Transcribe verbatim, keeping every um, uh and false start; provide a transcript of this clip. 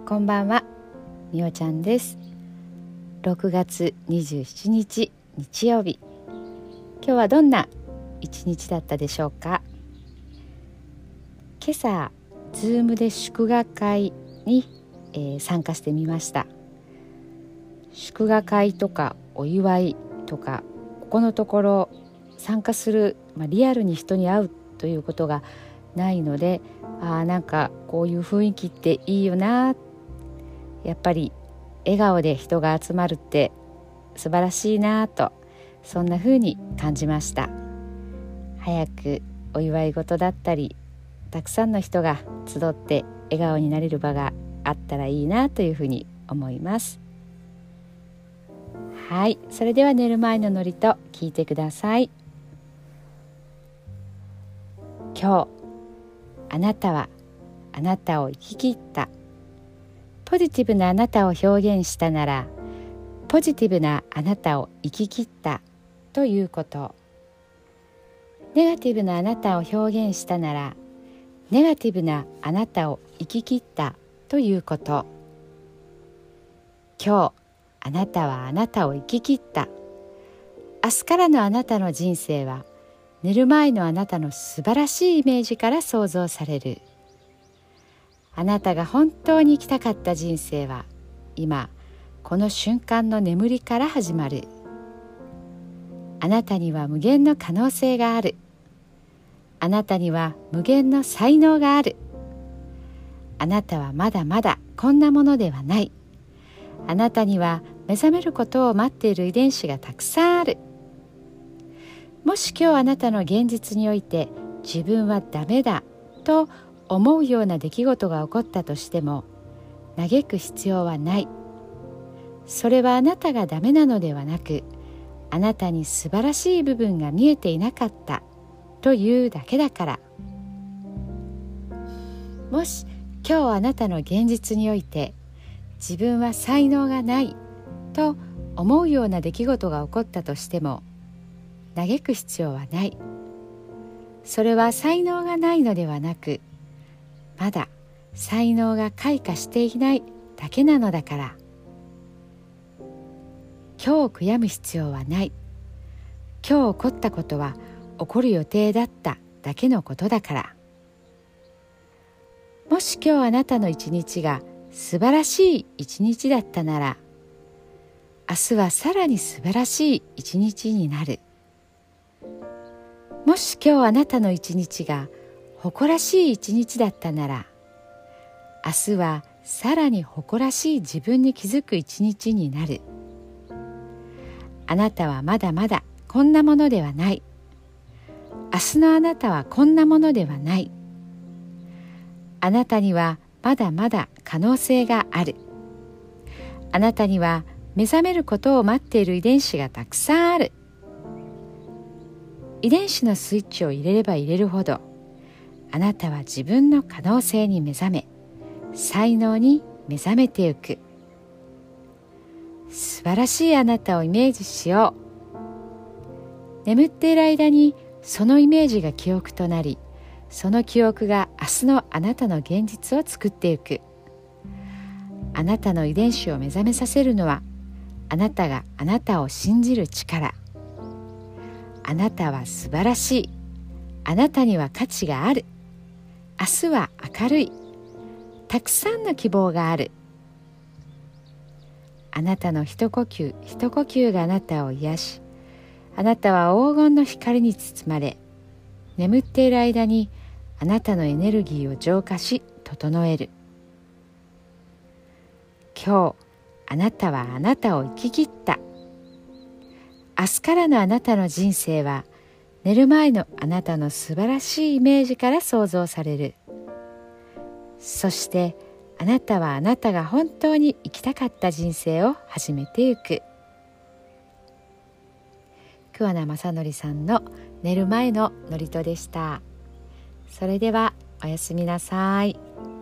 こんばんは、みおちゃんです。ろくがつにじゅうしちにち日曜日、今日はどんな一日だったでしょうか。今朝ズームで祝賀会に、えー、参加してみました。祝賀会とかお祝いとか、ここのところ参加する、まあ、リアルに人に会うということがないので、あーなんかこういう雰囲気っていいよな、やっぱり笑顔で人が集まるって素晴らしいなと、そんな風に感じました。早くお祝い事だったり、たくさんの人が集って笑顔になれる場があったらいいなというふうに思います。はい、それでは寝る前の祝詞聞いてください。今日あなたはあなたを生き切った。ポジティブなあなたを表現したなら、ポジティブなあなたを生き切ったということ。ネガティブなあなたを表現したなら、ネガティブなあなたを生き切ったということ。今日あなたはあなたを生き切った。明日からのあなたの人生は、寝る前のあなたの素晴らしいイメージから想像される。あなたが本当に生きたかった人生は、今この瞬間の眠りから始まる。あなたには無限の可能性がある。あなたには無限の才能がある。あなたはまだまだこんなものではない。あなたには目覚めることを待っている遺伝子がたくさんある。もし今日あなたの現実において、自分はダメだと思うような出来事が起こったとしても、嘆く必要はない。それはあなたがダメなのではなく、あなたに素晴らしい部分が見えていなかったというだけだから。もし今日あなたの現実において、自分は才能がないと思うような出来事が起こったとしても、嘆く必要はない。それは才能がないのではなく、まだ才能が開花していないだけなのだから。今日悔やむ必要はない。今日起こったことは起こる予定だっただけのことだから。もし今日あなたの一日が素晴らしい一日だったなら、明日はさらに素晴らしい一日になる。もし今日あなたの一日が誇らしい一日だったなら、明日はさらに誇らしい自分に気づく一日になる。あなたはまだまだこんなものではない。明日のあなたはこんなものではない。あなたにはまだまだ可能性がある。あなたには目覚めることを待っている遺伝子がたくさんある。遺伝子のスイッチを入れれば入れるほど、あなたは自分の可能性に目覚め、才能に目覚めてゆく。素晴らしいあなたをイメージしよう。眠っている間にそのイメージが記憶となり、その記憶が明日のあなたの現実を作っていく。あなたの遺伝子を目覚めさせるのは、あなたがあなたを信じる力。あなたは素晴らしい。あなたには価値がある。明日は明るい。たくさんの希望がある。あなたの一呼吸一呼吸があなたを癒し、あなたは黄金の光に包まれ、眠っている間にあなたのエネルギーを浄化し整える。今日あなたはあなたを生き切った。明日からのあなたの人生は、寝る前のあなたの素晴らしいイメージから想像される。そしてあなたはあなたが本当に生きたかった人生を始めてゆく。桑名正則さんの寝る前の祝詞でした。それではおやすみなさい。